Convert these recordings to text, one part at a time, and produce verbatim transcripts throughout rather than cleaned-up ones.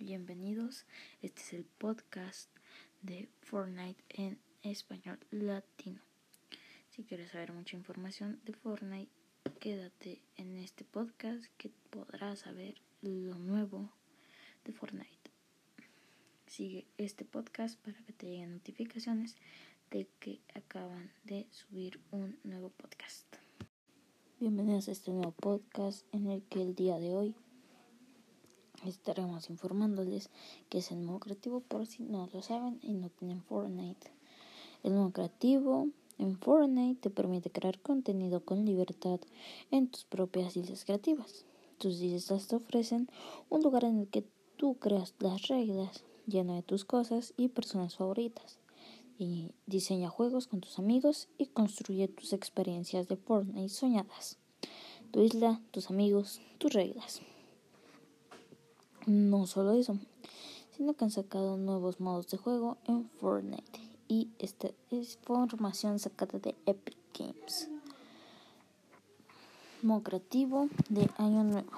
bienvenidos. Este es el podcast de Fortnite en español latino. Si quieres saber mucha información de Fortnite, quédate en este podcast que podrás saber lo nuevo de Fortnite. Sigue este podcast para que te lleguen notificaciones de que acaban de subir un nuevo podcast. Bienvenidos a este nuevo podcast en el que el día de hoy estaremos informándoles que es el modo creativo por si no lo saben y no tienen Fortnite. El modo creativo en Fortnite te permite crear contenido con libertad en tus propias islas creativas. Tus islas te ofrecen un lugar en el que tú creas las reglas, lleno de tus cosas y personas favoritas. Y diseña juegos con tus amigos y construye tus experiencias de Fortnite soñadas. Tu isla, tus amigos, tus reglas. No solo eso, sino que han sacado nuevos modos de juego en Fortnite. Y esta es información sacada de Epic Games. Modo creativo de Año Nuevo.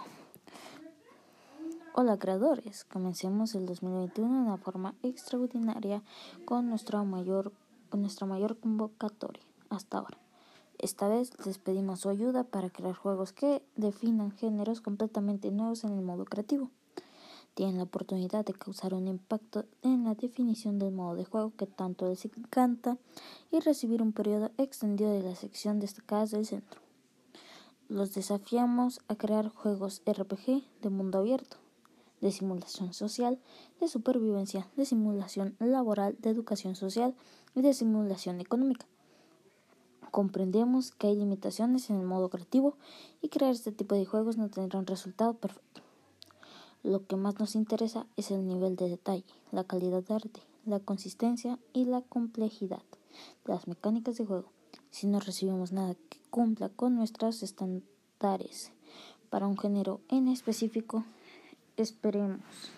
Hola creadores, comencemos el dos mil veintiuno de una forma extraordinaria con nuestra mayor, con nuestra mayor convocatoria hasta ahora. Esta vez les pedimos su ayuda para crear juegos que definan géneros completamente nuevos en el modo creativo. Tienen la oportunidad de causar un impacto en la definición del modo de juego que tanto les encanta y recibir un periodo extendido de la sección destacadas del centro. Los desafiamos a crear juegos R P G de mundo abierto, de simulación social, de supervivencia, de simulación laboral, de educación social y de simulación económica. Comprendemos que hay limitaciones en el modo creativo y crear este tipo de juegos no tendrá un resultado perfecto. Lo que más nos interesa es el nivel de detalle, la calidad de arte, la consistencia y la complejidad de las mecánicas de juego. Si no recibimos nada que cumpla con nuestros estándares para un género en específico, esperemos,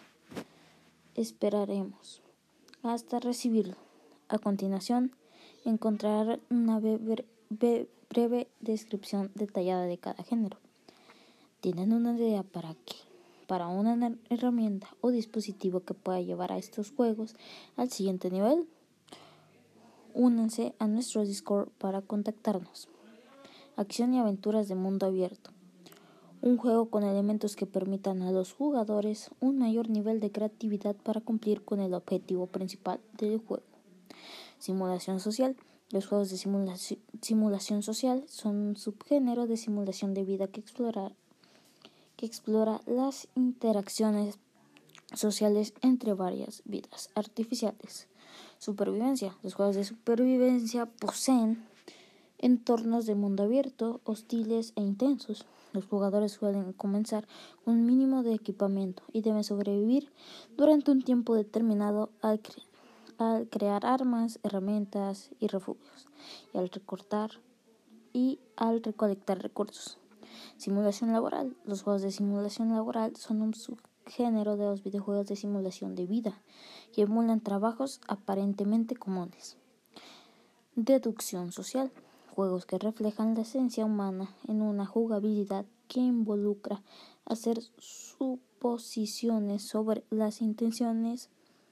esperaremos hasta recibirlo. A continuación, encontrarán una breve, breve descripción detallada de cada género. ¿Tienen una idea para qué? Para una herramienta o dispositivo que pueda llevar a estos juegos al siguiente nivel? Únanse a nuestro Discord para contactarnos. Acción y aventuras de mundo abierto. Un juego con elementos que permitan a los jugadores un mayor nivel de creatividad para cumplir con el objetivo principal del juego. Simulación social. Los juegos de simulación, simulación social son un subgénero de simulación de vida que explora, que explora las interacciones sociales entre varias vidas artificiales. Supervivencia. Los juegos de supervivencia poseen entornos de mundo abierto, hostiles e intensos. Los jugadores suelen comenzar con un mínimo de equipamiento y deben sobrevivir durante un tiempo determinado al, cre- al crear armas, herramientas y refugios, y al recortar y al recolectar recursos. Simulación laboral. Los juegos de simulación laboral son un subgénero de los videojuegos de simulación de vida que emulan trabajos aparentemente comunes. Deducción social. Juegos que reflejan la esencia humana en una jugabilidad que involucra hacer suposiciones sobre las intenciones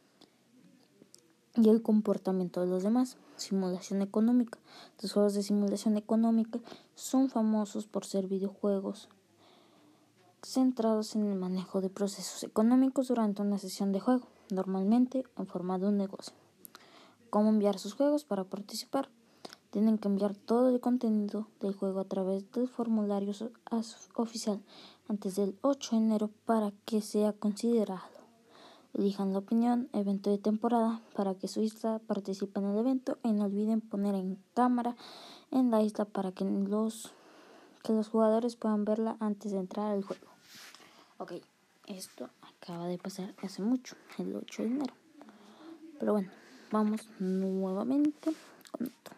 y el comportamiento de los demás. Simulación económica. Los juegos de simulación económica son famosos por ser videojuegos centrados en el manejo de procesos económicos durante una sesión de juego, normalmente en forma de un negocio. ¿Cómo enviar sus juegos para participar? Tienen que enviar todo el contenido del juego a través del formulario oficial antes del ocho de enero para que sea considerado. Elijan la opinión, evento de temporada, para que su isla participe en el evento y no olviden poner en cámara en la isla para que los, que los jugadores puedan verla antes de entrar al juego. Ok, esto acaba de pasar hace mucho, el ocho de enero. Pero bueno, vamos nuevamente con otro.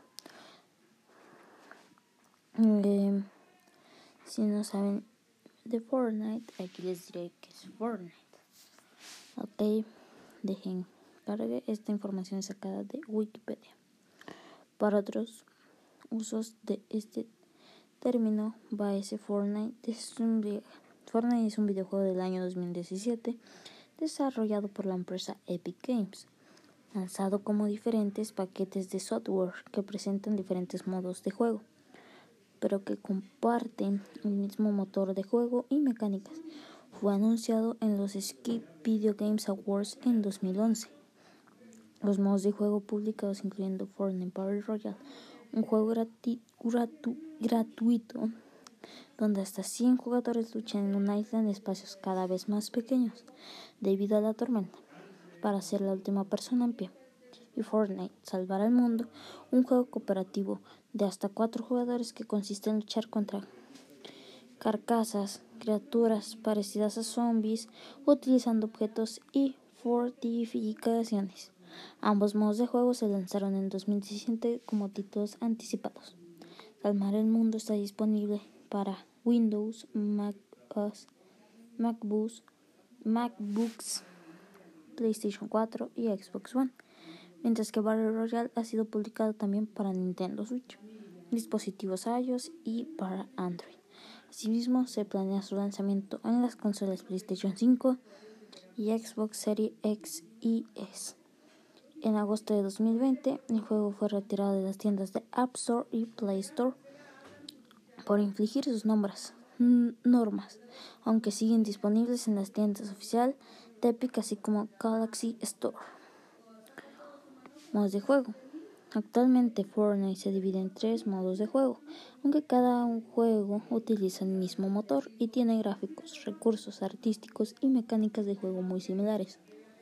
Eh, si no saben de Fortnite, aquí les diré que es Fortnite. Ok, dejen cargue. Esta información es sacada de Wikipedia. Para otros usos de este término, va ese Fortnite. Es un, Fortnite es un videojuego del año dos mil diecisiete desarrollado por la empresa Epic Games, lanzado como diferentes paquetes de software que presentan diferentes modos de juego, pero que comparten el mismo motor de juego y mecánicas. Fue anunciado en los Skip Video Games Awards en dos mil once. Los modos de juego publicados incluyendo Fortnite Battle Royale, un juego grati- gratu- gratuito donde hasta cien jugadores luchan en una isla en espacios cada vez más pequeños debido a la tormenta para ser la última persona en pie, y Fortnite Salvar al Mundo, un juego cooperativo de hasta cuatro jugadores que consiste en luchar contra carcasas, criaturas parecidas a zombies, utilizando objetos y fortificaciones. Ambos modos de juego se lanzaron en dos mil diecisiete como títulos anticipados. Salvar el Mundo está disponible para Windows, macOS, MacBooks, MacBooks, PlayStation cuatro y Xbox One, mientras que Battle Royale ha sido publicado también para Nintendo Switch, dispositivos iOS y para Android. Asimismo, se planea su lanzamiento en las consolas PlayStation cinco y Xbox Series X y S. En agosto de dos mil veinte, el juego fue retirado de las tiendas de App Store y Play Store por infringir sus normas, normas, aunque siguen disponibles en las tiendas oficiales de Epic así como Galaxy Store. Modos de juego. Actualmente Fortnite se divide en tres modos de juego, aunque cada juego utiliza el mismo motor y tiene gráficos, recursos artísticos y mecánicas de juego muy similares.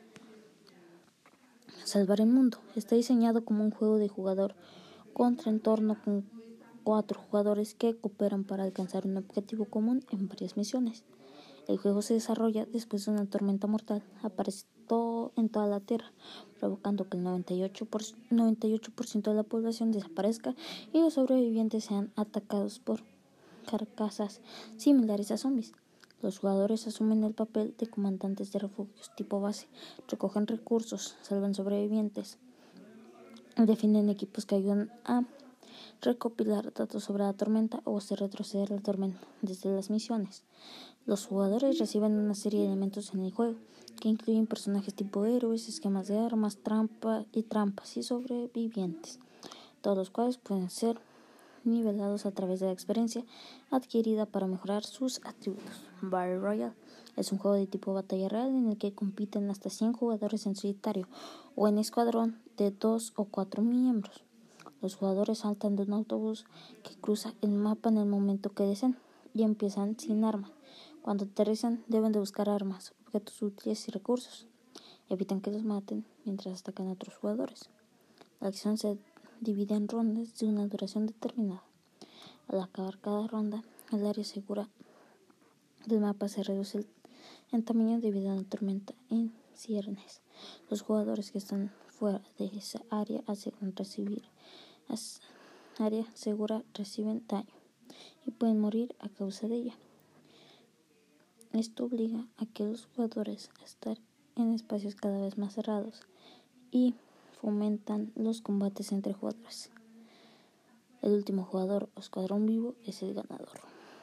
Salvar el Mundo está diseñado como un juego de jugador contra entorno con cuatro jugadores que cooperan para alcanzar un objetivo común en varias misiones. El juego se desarrolla después de una tormenta mortal aparece en toda la Tierra, provocando que el noventa y ocho por ciento de la población desaparezca y los sobrevivientes sean atacados por carcasas similares a zombies. Los jugadores asumen el papel de comandantes de refugios tipo base, recogen recursos, salvan sobrevivientes, definen equipos que ayudan a recopilar datos sobre la tormenta o hacer retroceder la tormenta desde las misiones. Los jugadores reciben una serie de elementos en el juego, que incluyen personajes tipo héroes, esquemas de armas, trampas y trampas y sobrevivientes, todos los cuales pueden ser nivelados a través de la experiencia adquirida para mejorar sus atributos. Battle Royale es un juego de tipo batalla real en el que compiten hasta cien jugadores en solitario o en escuadrón de dos o cuatro miembros. Los jugadores saltan de un autobús que cruza el mapa en el momento que deseen y empiezan sin armas. Cuando aterrizan deben de buscar armas, objetos útiles y recursos. Evitan que los maten mientras atacan a otros jugadores. La acción se divide en rondas de una duración determinada. Al acabar cada ronda, el área segura del mapa se reduce en tamaño debido a la tormenta en ciernes. Los jugadores que están fuera de esa área aseguran recibir área segura reciben daño y pueden morir a causa de ella. Esto obliga a que los jugadores a estar en espacios cada vez más cerrados y fomentan los combates entre jugadores. El último jugador o escuadrón vivo es el ganador.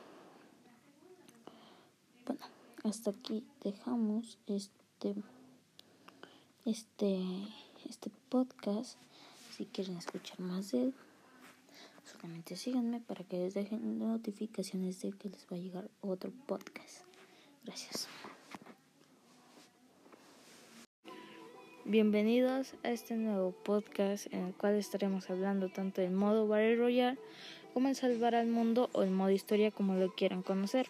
Bueno, hasta aquí dejamos este este este podcast. Si quieren escuchar más de él, solamente síganme para que les dejen notificaciones de que les va a llegar otro podcast. Gracias. Bienvenidos a este nuevo podcast en el cual estaremos hablando tanto del modo Battle Royale como el Salvar al Mundo o el modo Historia, como lo quieran conocer.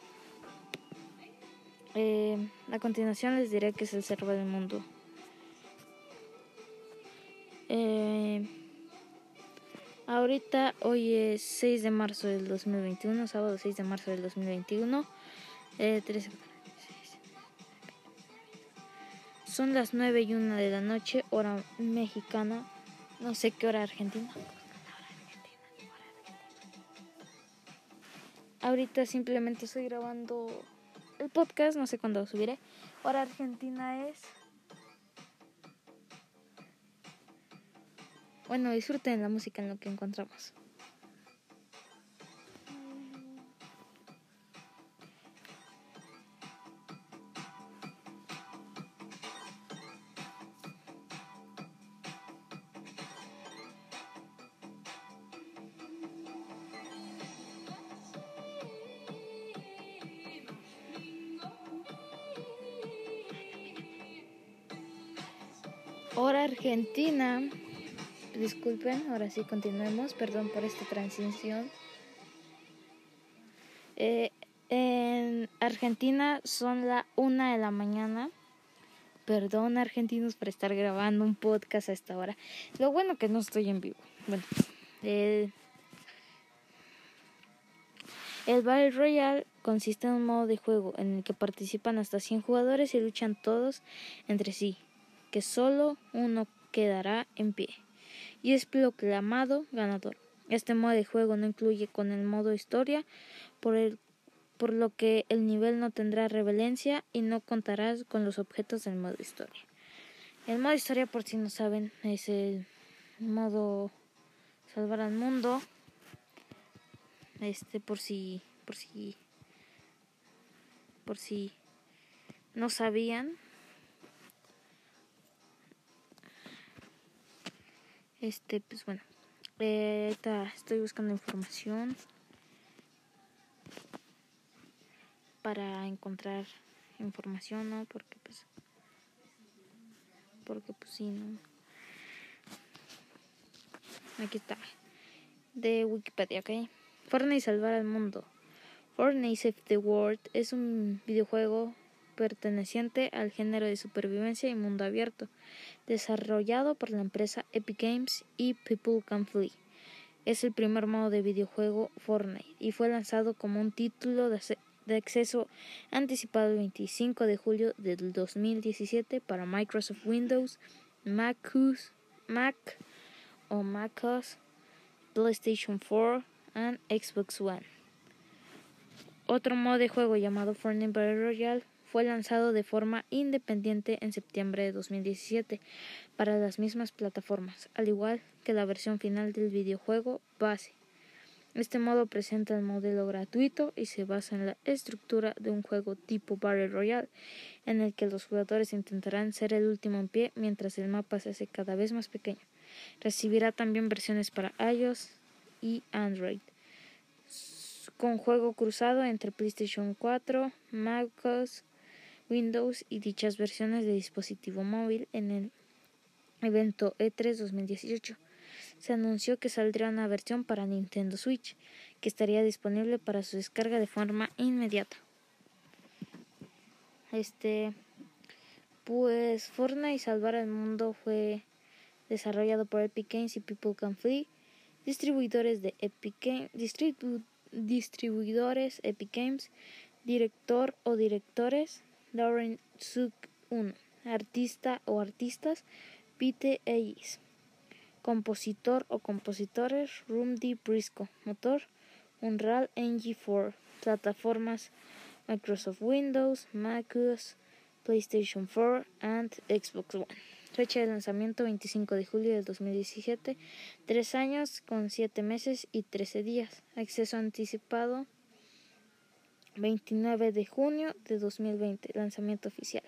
Eh, a continuación les diré que es el Salvar al Mundo. Eh, ahorita hoy es seis de marzo del dos mil veintiuno, sábado seis de marzo del dos mil veintiuno. Eh, tres, son las nueve y una de la noche, hora mexicana. No sé qué hora argentina. Ahorita simplemente estoy grabando el podcast, no sé cuándo lo subiré. Hora argentina es... Bueno, disfruten la música en lo que encontramos. Ahora Argentina, disculpen, ahora sí continuemos, perdón por esta transición. Eh, en Argentina son la una de la mañana. Perdón, argentinos, por estar grabando un podcast a esta hora. Lo bueno que no estoy en vivo. Bueno, el, el Battle Royale consiste en un modo de juego en el que participan hasta cien jugadores y luchan todos entre sí, que solo uno quedará en pie y es proclamado ganador. Este modo de juego no incluye con el modo historia, por el por lo que el nivel no tendrá relevancia y no contará con los objetos del modo historia. El modo historia, por si no saben, es el modo salvar al mundo. Este, por si, por si, por si no sabían. Este, pues bueno, eh, ahorita estoy buscando información para encontrar información, ¿no? Porque pues, porque pues sí, ¿no? Aquí está, de Wikipedia, ¿ok? Fortnite salvar al mundo. Fortnite Save the World es un videojuego perteneciente al género de supervivencia y mundo abierto, desarrollado por la empresa Epic Games y People Can Fly. Es el primer modo de videojuego Fortnite y fue lanzado como un título de, de acceso anticipado el veinticinco de julio del dos mil diecisiete para Microsoft Windows, MacOS, Mac o MacOS, PlayStation cuatro y Xbox One. Otro modo de juego llamado Fortnite Battle Royale fue lanzado de forma independiente en septiembre de dos mil diecisiete para las mismas plataformas, al igual que la versión final del videojuego base. Este modo presenta el modelo gratuito y se basa en la estructura de un juego tipo Battle Royale, en el que los jugadores intentarán ser el último en pie mientras el mapa se hace cada vez más pequeño. Recibirá también versiones para iOS y Android, con juego cruzado entre PlayStation cuatro, MacOS, Windows y dichas versiones de dispositivo móvil. En el evento E tres dos mil dieciocho se anunció que saldría una versión para Nintendo Switch, que estaría disponible para su descarga de forma inmediata. Este, pues Fortnite Salvar al Mundo fue desarrollado por Epic Games y People Can Fly, distribuidores de Epic Games, distribu distribuidores Epic Games, director o directores Lauren Suk uno, artista o artistas Pete Ellis, compositor o compositores Rumdy Briscoe, motor Unreal Engine cuatro, plataformas Microsoft Windows, MacOS, PlayStation cuatro y Xbox One. Fecha de lanzamiento veinticinco de julio del dos mil diecisiete, tres años con siete meses y trece días. Acceso anticipado veintinueve de junio de dos mil veinte, lanzamiento oficial.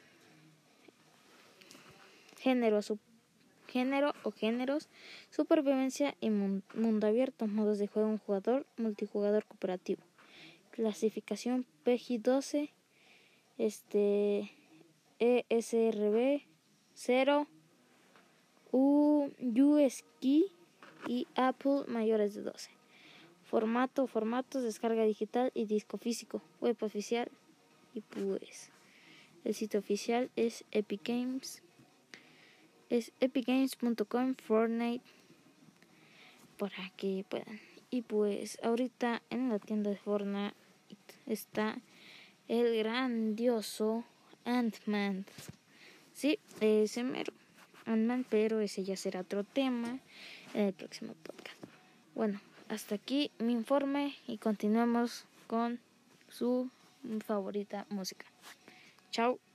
Género, sub, género o géneros, supervivencia y mundo abierto, modos de juego un jugador, multijugador cooperativo. Clasificación P G doce, este E S R B cero, U S K y Apple mayores de doce. Formato, formatos, descarga digital y disco físico. Web oficial y pues el sitio oficial es Epic Games. Es epic games punto com Fortnite para que puedan. Y pues ahorita en la tienda de Fortnite está el grandioso Ant-Man. Sí, ese mero Ant-Man, pero ese ya será otro tema en el próximo podcast. Bueno, hasta aquí mi informe y continuemos con su favorita música. Chao.